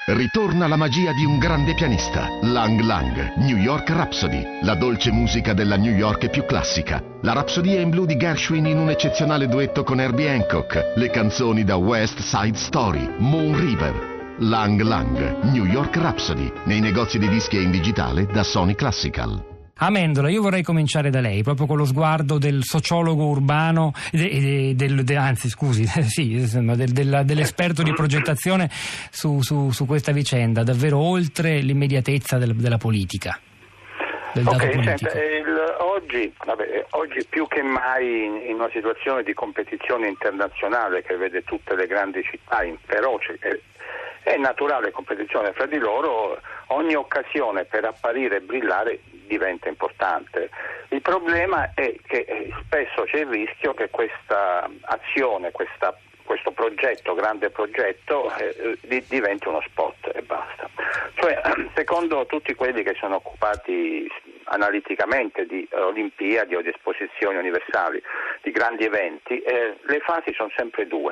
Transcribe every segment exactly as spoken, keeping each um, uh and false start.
Ritorna la magia di un grande pianista, Lang Lang, New York Rhapsody, la dolce musica della New York più classica. La Rapsodia in blu di Gershwin in un eccezionale duetto con Herbie Hancock, le canzoni da West Side Story, Moon River. Lang Lang, New York Rhapsody, nei negozi di dischi e in digitale da Sony Classical. Amendola, io vorrei cominciare da lei, proprio con lo sguardo del sociologo urbano, de, de, del, de, anzi scusi, sì, del, del, dell'esperto di progettazione su, su, su questa vicenda, davvero oltre l'immediatezza del, della politica. Del dato ok, politico. Senta, il, oggi, vabbè, oggi più che mai in, in una situazione di competizione internazionale che vede tutte le grandi città in feroce e è naturale competizione fra di loro, ogni occasione per apparire e brillare diventa importante. Il problema è che spesso c'è il rischio che questa azione, questa, questo progetto, grande progetto, eh, diventi uno spot e basta. Cioè, secondo tutti quelli che sono occupati analiticamente di Olimpiadi o di esposizioni universali, di grandi eventi, eh, le fasi sono sempre due.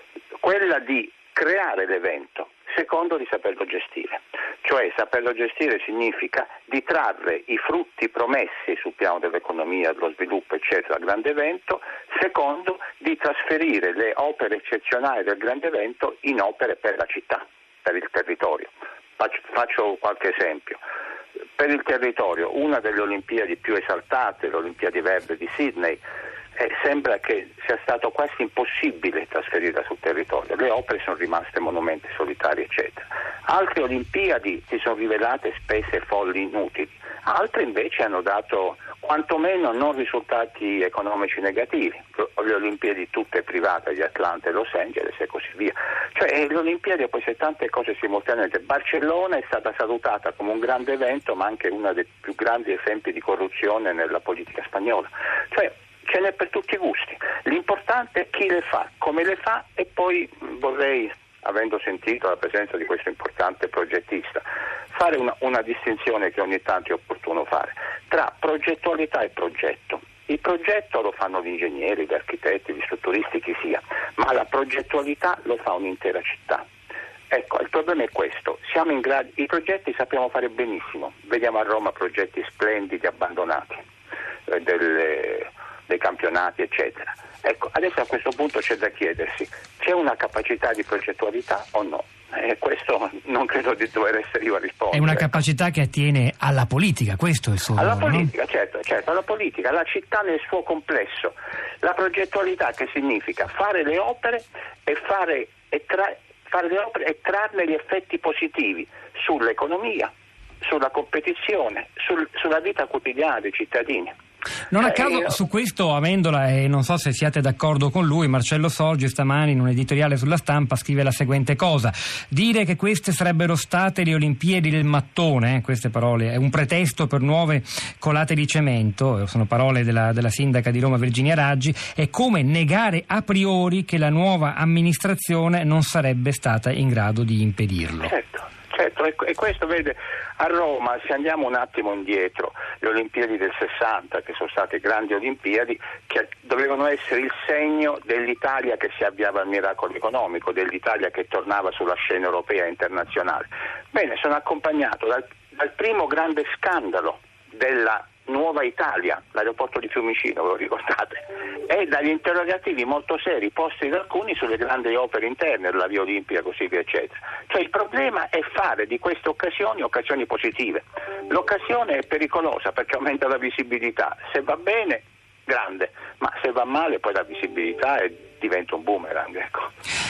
Quella di creare l'evento, secondo di saperlo gestire, cioè saperlo gestire significa di trarre i frutti promessi sul piano dell'economia, dello sviluppo eccetera al grande evento, secondo di trasferire le opere eccezionali del grande evento in opere per la città, per il territorio. Faccio, faccio qualche esempio. Per il territorio, una delle Olimpiadi più esaltate, le Olimpiadi Verde di Sydney, Eh, sembra che sia stato quasi impossibile trasferirla sul territorio, le opere sono rimaste monumenti solitari eccetera. Altre Olimpiadi si sono rivelate spese folli inutili, altre invece hanno dato quantomeno non risultati economici negativi, le Olimpiadi tutte private di Atlanta e Los Angeles e così via. Cioè le Olimpiadi poi se tante cose simultaneamente. Barcellona è stata salutata come un grande evento ma anche uno dei più grandi esempi di corruzione nella politica spagnola. Cioè ce n'è per tutti i gusti. L'importante è chi le fa, come le fa e poi vorrei, avendo sentito la presenza di questo importante progettista, fare una, una distinzione che ogni tanto è opportuno fare tra progettualità e progetto. Il progetto lo fanno gli ingegneri, gli architetti, gli strutturisti, chi sia, ma la progettualità lo fa un'intera città. Ecco, il problema è questo, siamo in grado, i progetti sappiamo fare benissimo, vediamo a Roma progetti splendidi abbandonati, eh, delle... dei campionati eccetera. Ecco, adesso a questo punto c'è da chiedersi, c'è una capacità di progettualità o no? E questo non credo di dover essere io a rispondere. È una capacità che attiene alla politica, questo è il suo Alla ruolo, politica, no? certo, certo, alla politica, alla città nel suo complesso. La progettualità che significa fare le opere e fare, e tra, fare le opere e trarne gli effetti positivi sull'economia, sulla competizione, sul, sulla vita quotidiana dei cittadini. Non a caso su questo Amendola, e non so se siate d'accordo con lui, Marcello Sorgi stamani in un editoriale sulla Stampa scrive la seguente cosa: dire che queste sarebbero state le Olimpiadi del mattone, eh, queste parole, è un pretesto per nuove colate di cemento, sono parole della, della sindaca di Roma Virginia Raggi, è come negare a priori che la nuova amministrazione non sarebbe stata in grado di impedirlo. Certo, certo, e questo vede a Roma, se andiamo un attimo indietro, le Olimpiadi del sessanta, che sono state grandi Olimpiadi, che dovevano essere il segno dell'Italia che si avviava al miracolo economico, dell'Italia che tornava sulla scena europea e internazionale. Bene, sono accompagnato dal, dal primo grande scandalo della nuova Italia, l'aeroporto di Fiumicino, ve lo ricordate? E dagli interrogativi molto seri posti da alcuni sulle grandi opere interne, la via olimpica, così via, eccetera. Cioè il problema è fare di queste occasioni occasioni positive. L'occasione è pericolosa perché aumenta la visibilità, se va bene, grande, ma se va male poi la visibilità è, diventa un boomerang, ecco.